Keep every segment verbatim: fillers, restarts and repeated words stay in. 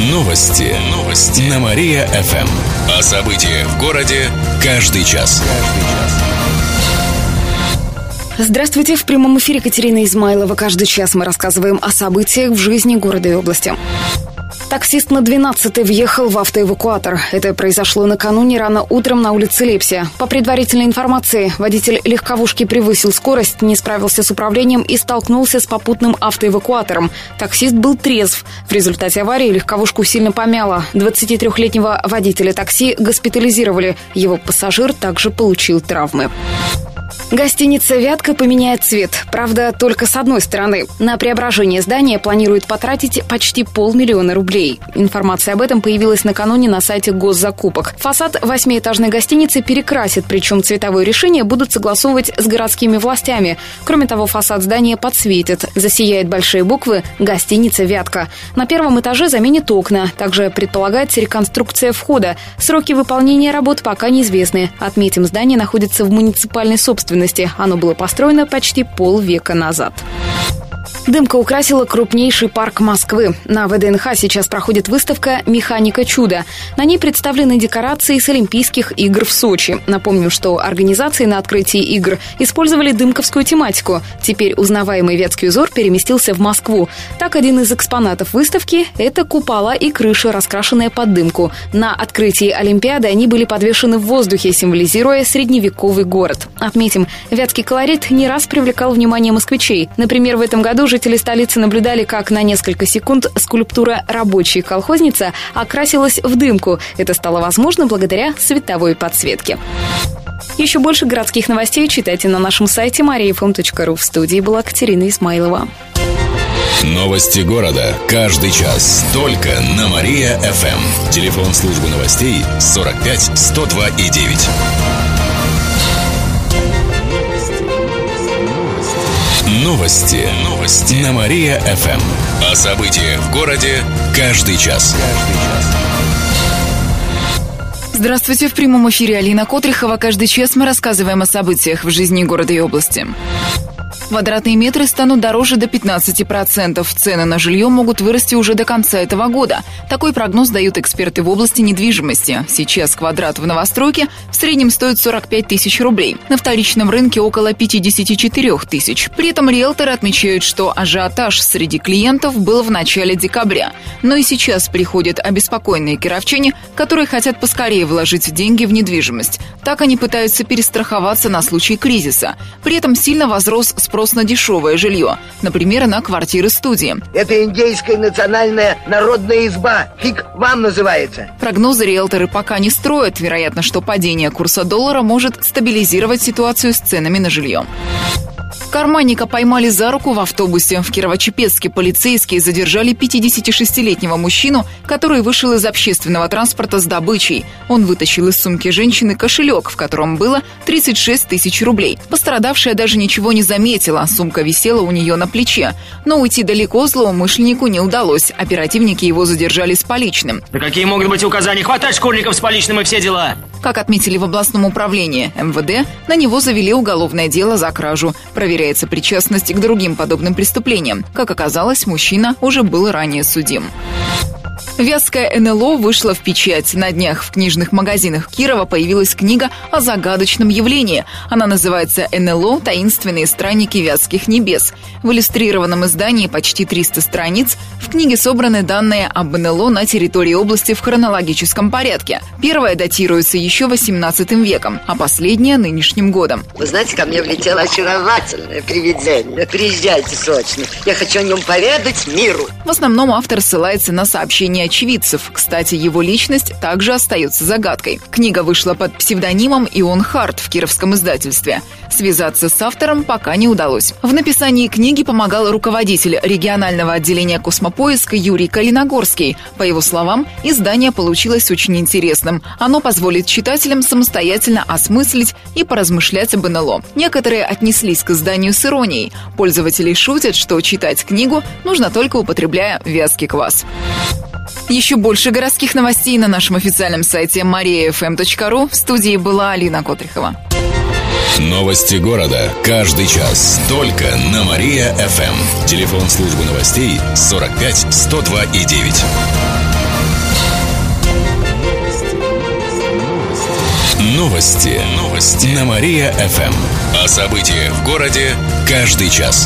Новости. Новости. На Мария-ФМ. О событиях в городе каждый час. Здравствуйте, в прямом эфире Катерина Измайлова. Каждый час мы рассказываем о событиях в жизни города и области. Таксист на двенадцатой въехал в автоэвакуатор. Это произошло накануне рано утром на улице Лепсия. По предварительной информации, водитель легковушки превысил скорость, не справился с управлением и столкнулся с попутным автоэвакуатором. Таксист был трезв. В результате аварии легковушку сильно помяло. двадцатитрёхлетнего водителя такси госпитализировали. Его пассажир также получил травмы. Гостиница «Вятка» поменяет цвет. Правда, только с одной стороны. На преображение здания планируют потратить почти полмиллиона рублей. Информация об этом появилась накануне на сайте госзакупок. Фасад восьмиэтажной гостиницы перекрасят, причем цветовое решение будут согласовывать с городскими властями. Кроме того, фасад здания подсветят. Засияют большие буквы «Гостиница «Вятка». На первом этаже заменят окна. Также предполагается реконструкция входа. Сроки выполнения работ пока неизвестны. Отметим, здание находится в муниципальной собственности. Оно было построено почти полвека назад. Дымка украсила крупнейший парк Москвы. На ВДНХ сейчас проходит выставка «Механика чуда». На ней представлены декорации с Олимпийских игр в Сочи. Напомню, что организации на открытии игр использовали дымковскую тематику. Теперь узнаваемый Вятский узор переместился в Москву. Так, один из экспонатов выставки – это купола и крыша, раскрашенная под дымку. На открытии Олимпиады они были подвешены в воздухе, символизируя средневековый город. Отметим, вятский колорит не раз привлекал внимание москвичей. Например, в этом году жители столицы наблюдали, как на несколько секунд скульптура «Рабочая колхозница» окрасилась в дымку. Это стало возможно благодаря световой подсветке. Еще больше городских новостей читайте на нашем сайте мария эф эм точка ру. В студии была Катерина Измайлова. Новости города. Каждый час. Только на Мария-ФМ. Телефон службы новостей сорок пять сто два и девять. Новости. Новости. На Мария-ФМ. О событиях в городе каждый час. Здравствуйте, в прямом эфире Алина Котрихова. Каждый час мы рассказываем о событиях в жизни города и области. Квадратные метры станут дороже до пятнадцати процентов. Цены на жилье могут вырасти уже до конца этого года. Такой прогноз дают эксперты в области недвижимости. Сейчас квадрат в новостройке в среднем стоит сорок пять тысяч рублей. На вторичном рынке около пятьдесят четыре тысяч. При этом риэлторы отмечают, что ажиотаж среди клиентов был в начале декабря. Но и сейчас приходят обеспокоенные кировчане, которые хотят поскорее вложить деньги в недвижимость. Так они пытаются перестраховаться на случай кризиса. При этом сильно возрос спрос на дешевое жилье, например, на квартиры-студии. Это индейская национальная народная изба. Фиг вам называется. Прогнозы риэлторы пока не строят. Вероятно, что падение курса доллара может стабилизировать ситуацию с ценами на жилье. Карманника поймали за руку в автобусе. В Кирово-Чепецке полицейские задержали пятидесятишестилетнего мужчину, который вышел из общественного транспорта с добычей. Он вытащил из сумки женщины кошелек, в котором было тридцать шесть тысяч рублей. Пострадавшая даже ничего не заметила, сумка висела у нее на плече. Но уйти далеко злоумышленнику не удалось. Оперативники его задержали с поличным. Да какие могут быть указания? Хватать школьников с поличным и все дела! Как отметили в областном управлении эм вэ дэ, на него завели уголовное дело за кражу. Проверяется причастность к другим подобным преступлениям. Как оказалось, мужчина уже был ранее судим. Вятская эн эл о вышла в печать. На днях в книжных магазинах Кирова появилась книга о загадочном явлении. Она называется «эн эл о. Таинственные странники Вятских небес». В иллюстрированном издании почти триста страниц. В книге собраны данные об эн эл о на территории области в хронологическом порядке. Первая датируется еще восемнадцатым веком, а последняя – нынешним годом. Вы знаете, ко мне влетело очаровательное привидение. Приезжайте срочно. Я хочу о нем поведать миру. В основном автор ссылается на сообщения очевидцев. Кстати, его личность также остается загадкой. Книга вышла под псевдонимом Ион Харт в кировском издательстве. Связаться с автором пока не удалось. В написании книги помогал руководитель регионального отделения «Космопоиска» Юрий Калиногорский. По его словам, издание получилось очень интересным. Оно позволит читателям самостоятельно осмыслить и поразмышлять об эн эл о. Некоторые отнеслись к изданию с иронией. Пользователи шутят, что читать книгу нужно только употребляя вятский квас. Еще больше городских новостей на нашем официальном сайте мария эф эм точка ру. В студии была Алина Котрихова. Новости города. Каждый час. Только на Мария-ФМ. Телефон службы новостей сорок пять сто два и девять. Новости. Новости. На Мария-ФМ. О событиях в городе каждый час.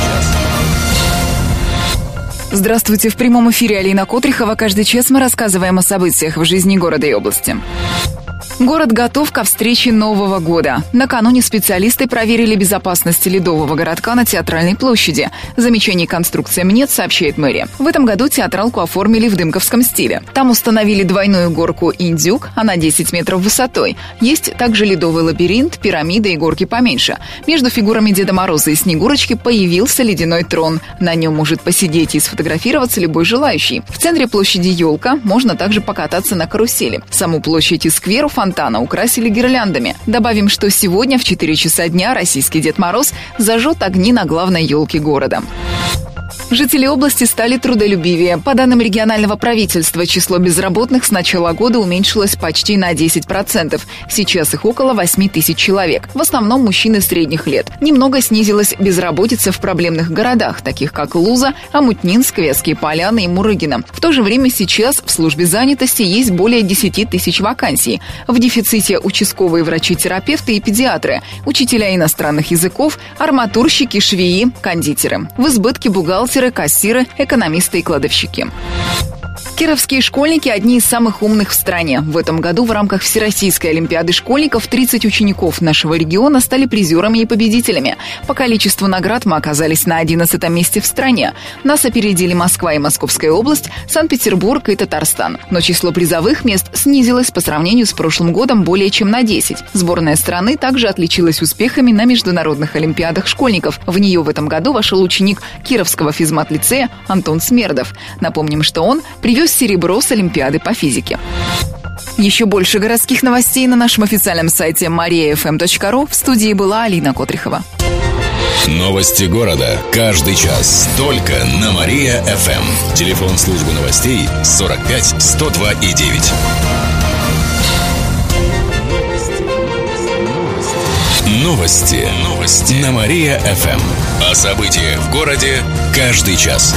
Здравствуйте. В прямом эфире Алина Котрихова. Каждый час мы рассказываем о событиях в жизни города и области. Город готов ко встрече Нового года. Накануне специалисты проверили безопасность ледового городка на Театральной площади. Замечаний конструкциям нет, сообщает мэрия. В этом году театралку оформили в дымковском стиле. Там установили двойную горку «Индюк», она десять метров высотой. Есть также ледовый лабиринт, пирамида и горки поменьше. Между фигурами Деда Мороза и Снегурочки появился ледяной трон. На нем может посидеть и сфотографироваться любой желающий. В центре площади елка, можно также покататься на карусели. Саму площадь и сквер у фонтана украсили гирляндами. Добавим, что сегодня в четыре часа дня российский Дед Мороз зажжет огни на главной елке города. Жители области стали трудолюбивее. По данным регионального правительства, число безработных с начала года уменьшилось почти на десять процентов. Сейчас их около восемь тысяч человек. В основном мужчины средних лет. Немного снизилась безработица в проблемных городах, таких как Луза, Омутнинск, Вятские Поляны и Мурыгино. В то же время сейчас в службе занятости есть более десять тысяч вакансий. В дефиците участковые врачи-терапевты и педиатры, учителя иностранных языков, арматурщики, швеи, кондитеры. В избытке бухгалтеры, кассиры, экономисты и кладовщики. Кировские школьники – одни из самых умных в стране. В этом году в рамках Всероссийской олимпиады школьников тридцать учеников нашего региона стали призерами и победителями. По количеству наград мы оказались на одиннадцатом месте в стране. Нас опередили Москва и Московская область, Санкт-Петербург и Татарстан. Но число призовых мест снизилось по сравнению с прошлым годом более чем на десять. Сборная страны также отличилась успехами на международных олимпиадах школьников. В нее в этом году вошел ученик Кировского физмат-лицея Антон Смердов. Напомним, что он привез серебро с Олимпиады по физике. Еще больше городских новостей на нашем официальном сайте мария эф эм точка ру. В студии была Алина Котрихова. Новости города. Каждый час. Только на Мария-ФМ. Телефон службы новостей сорок пять сто два и девять. Новости. Новости. На Мария-ФМ. О событиях в городе каждый час.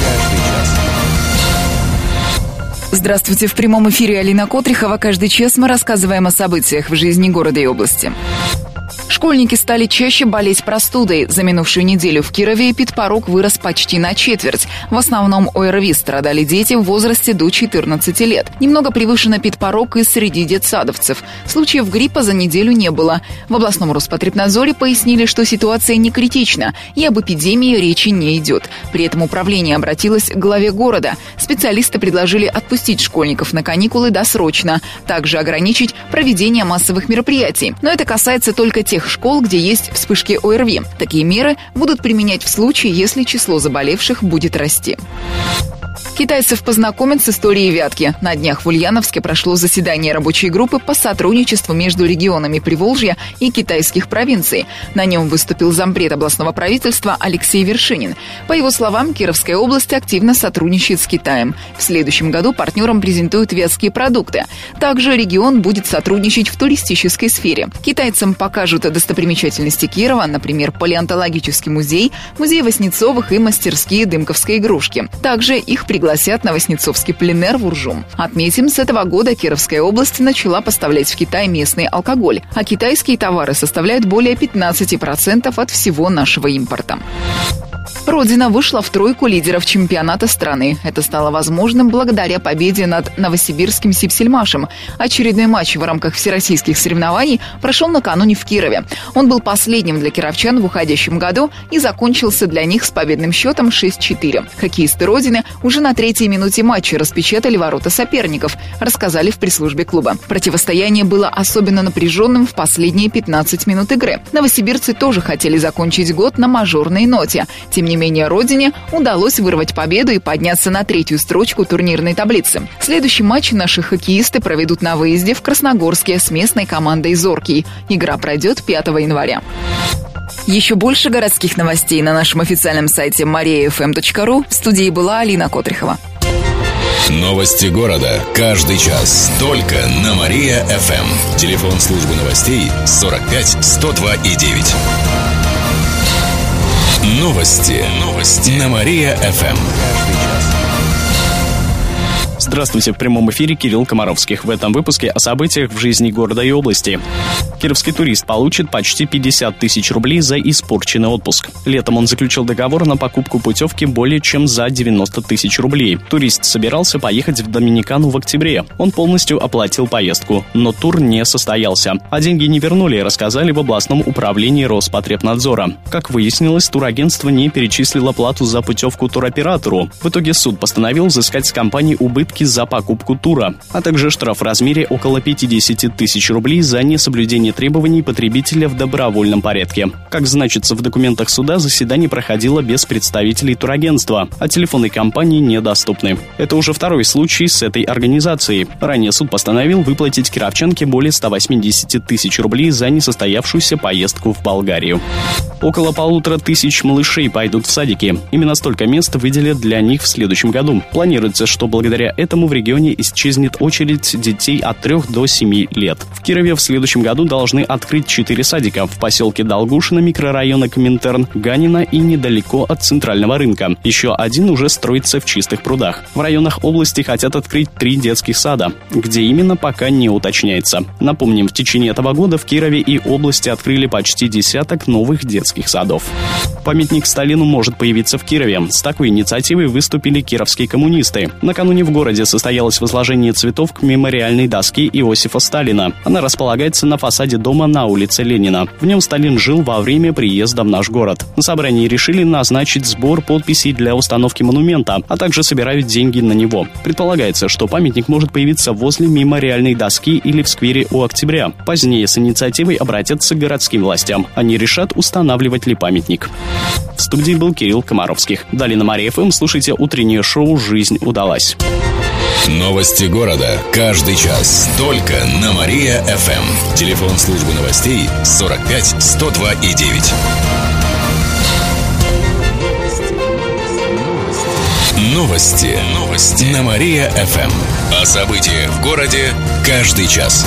Здравствуйте. В прямом эфире Алина Котрихова. Каждый час мы рассказываем о событиях в жизни города и области. Школьники стали чаще болеть простудой. За минувшую неделю в Кирове эпидпорог вырос почти на четверть. В основном ОРВИ страдали дети в возрасте до четырнадцати лет. Немного превышен эпидпорог и среди детсадовцев. Случаев гриппа за неделю не было. В областном Роспотребнадзоре пояснили, что ситуация не критична и об эпидемии речи не идет. При этом управление обратилось к главе города. Специалисты предложили отпустить школьников на каникулы досрочно. Также ограничить проведение массовых мероприятий. Но это касается только тех школ, где есть вспышки ОРВИ. Такие меры будут применять в случае, если число заболевших будет расти. Китайцев познакомят с историей Вятки. На днях в Ульяновске прошло заседание рабочей группы по сотрудничеству между регионами Приволжья и китайских провинций. На нем выступил зампред областного правительства Алексей Вершинин. По его словам, Кировская область активно сотрудничает с Китаем. В следующем году партнерам презентуют вятские продукты. Также регион будет сотрудничать в туристической сфере. Китайцам покажут достопримечательности Кирова, например, палеонтологический музей, музей Васнецовых и мастерские дымковской игрушки. Также их пригласят Пригласят на Васнецовский пленэр в Уржум. Отметим, с этого года Кировская область начала поставлять в Китай местный алкоголь, а китайские товары составляют более пятнадцать процентов от всего нашего импорта. Родина вышла в тройку лидеров чемпионата страны. Это стало возможным благодаря победе над новосибирским Сипсельмашем. Очередной матч в рамках всероссийских соревнований прошел накануне в Кирове. Он был последним для кировчан в уходящем году и закончился для них с победным счетом шесть четыре. Хоккеисты Родины уже на третьей минуте матча распечатали ворота соперников, рассказали в пресс-службе клуба. Противостояние было особенно напряженным в последние пятнадцать минут игры. Новосибирцы тоже хотели закончить год на мажорной ноте. Тем не менее, Родине удалось вырвать победу и подняться на третью строчку турнирной таблицы. Следующий матч наши хоккеисты проведут на выезде в Красногорске с местной командой «Зоркий». Игра пройдет пятого января. Еще больше городских новостей на нашем официальном сайте мария эф эм точка ру. В студии была Алина Котрихова. Новости города. Каждый час. Только на Мария-ФМ. Телефон службы новостей сорок пять сто два и девять. Новости. Новости. На Мария-ФМ. Здравствуйте, в прямом эфире Кирилл Комаровских. В этом выпуске о событиях в жизни города и области. Кировский турист получит почти пятьдесят тысяч рублей за испорченный отпуск. Летом он заключил договор на покупку путевки более чем за девяносто тысяч рублей. Турист собирался поехать в Доминикану в октябре. Он полностью оплатил поездку, но тур не состоялся. А деньги не вернули, рассказали в областном управлении Роспотребнадзора. Как выяснилось, турагентство не перечислило плату за путевку туроператору. В итоге суд постановил взыскать с компании убытки за покупку тура, а также штраф в размере около пятьдесят тысяч рублей за несоблюдение требований потребителя в добровольном порядке. Как значится в документах суда, заседание проходило без представителей турагентства, а телефоны компании недоступны. Это уже второй случай с этой организацией. Ранее суд постановил выплатить кировчанке более ста восьмидесяти тысяч рублей за несостоявшуюся поездку в Болгарию. Около полутора тысяч малышей пойдут в садики. Именно столько мест выделят для них в следующем году. Планируется, что благодаря этому в регионе исчезнет очередь детей от трех до семи лет. В Кирове в следующем году должны открыть четыре садика в поселке Долгушино, микрорайона Коминтерн, Ганина и недалеко от центрального рынка. Еще один уже строится в Чистых прудах. В районах области хотят открыть три детских сада. Где именно, пока не уточняется. Напомним, в течение этого года в Кирове и области открыли почти десяток новых детских садов. Памятник Сталину может появиться в Кирове. С такой инициативой выступили кировские коммунисты. Накануне в городе состоялось возложение цветов к мемориальной доске Иосифа Сталина. Она располагается на фасаде дома на улице Ленина. В нем Сталин жил во время приезда в наш город. На собрании решили назначить сбор подписей для установки монумента, а также собирают деньги на него. Предполагается, что памятник может появиться возле мемориальной доски или в сквере у Октября. Позднее с инициативой обратятся к городским властям. Они решат, устанавливать ли памятник. В студии был Кирилл Комаровских. Далее на Мария ФМ слушайте утреннее шоу «Жизнь удалась». Новости города. Каждый час. Только на Мария-ФМ. Телефон службы новостей сорок пять сто два и девять. Новости. Новости. На Мария-ФМ. О событиях в городе каждый час.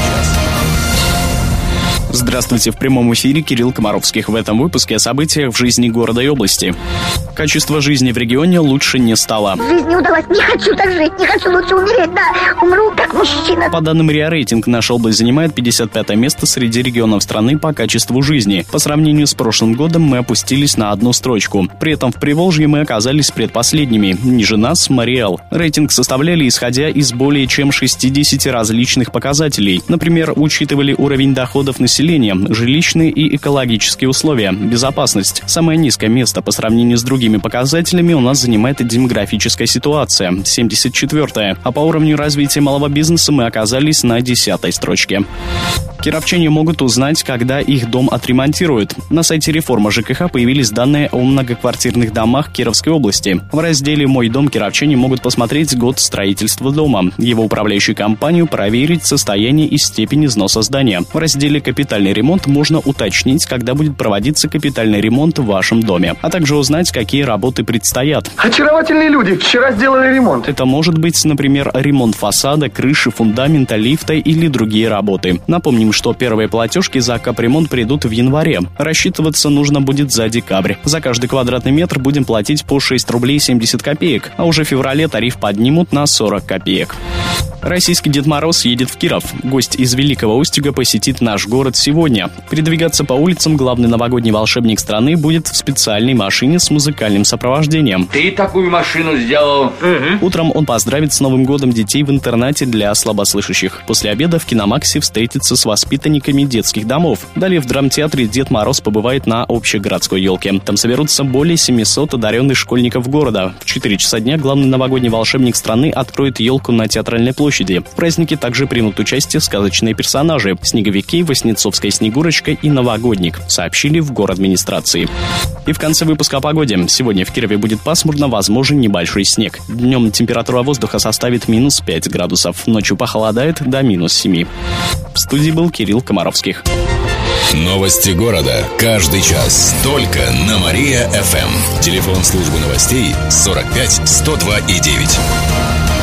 Здравствуйте, в прямом эфире Кирилл Комаровских. В этом выпуске о событиях в жизни города и области. Качество жизни в регионе лучше не стало. Жизнь не удалась, не хочу так жить, не хочу лучше умереть, да, умру как мужчина. По данным РИА Рейтинг, наша область занимает пятьдесят пятое место среди регионов страны по качеству жизни. По сравнению с прошлым годом мы опустились на одну строчку. При этом в Приволжье мы оказались предпоследними. Ниже нас Мариэл. Рейтинг составляли, исходя из более чем шестидесяти различных показателей. Например, учитывали уровень доходов населения, жилищные и экологические условия, безопасность. Самое низкое место по сравнению с другими показателями у нас занимает демографическая ситуация, семьдесят четвёртое, а по уровню развития малого бизнеса мы оказались на десятой строчке. Кировчане могут узнать, когда их дом отремонтируют. На сайте реформа ЖКХ появились данные о многоквартирных домах Кировской области. В разделе «Мой дом» кировчане могут посмотреть год строительства дома, его управляющую компанию, проверить состояние и степень износа здания. В разделе «Капитальный ремонт» можно уточнить, когда будет проводиться капитальный ремонт в вашем доме, а также узнать, какие работы предстоят. Очаровательные люди, вчера сделали ремонт. Это может быть, например, ремонт фасада, крыши, фундамента, лифта или другие работы. Напомним, что первые платежки за капремонт придут в январе. Рассчитываться нужно будет за декабрь. За каждый квадратный метр будем платить по шесть рублей семьдесят копеек, а уже в феврале тариф поднимут на сорок копеек. Российский Дед Мороз едет в Киров. Гость из Великого Устюга посетит наш город сегодня. Передвигаться по улицам главный новогодний волшебник страны будет в специальной машине с музыкальным сопровождением. Ты такую машину сделал? Угу. Утром он поздравит с Новым годом детей в интернате для слабослышащих. После обеда в Киномаксе встретится с воспитанниками детских домов. Далее в драмтеатре Дед Мороз побывает на общегородской елке. Там соберутся более семисот одаренных школьников города. В четыре часа дня главный новогодний волшебник страны откроет елку на Театральной площади. В празднике также примут участие сказочные персонажи – снеговики, Воснецовская Снегурочка и Новогодник, сообщили в горадминистрации. И в конце выпуска о погоде. Сегодня в Кирове будет пасмурно, возможен небольшой снег. Днем температура воздуха составит минус пять градусов, ночью похолодает до минус семи. В студии был Кирилл Комаровских. Новости города. Каждый час. Только на Мария-ФМ. Телефон службы новостей сорок пять сто два и девять.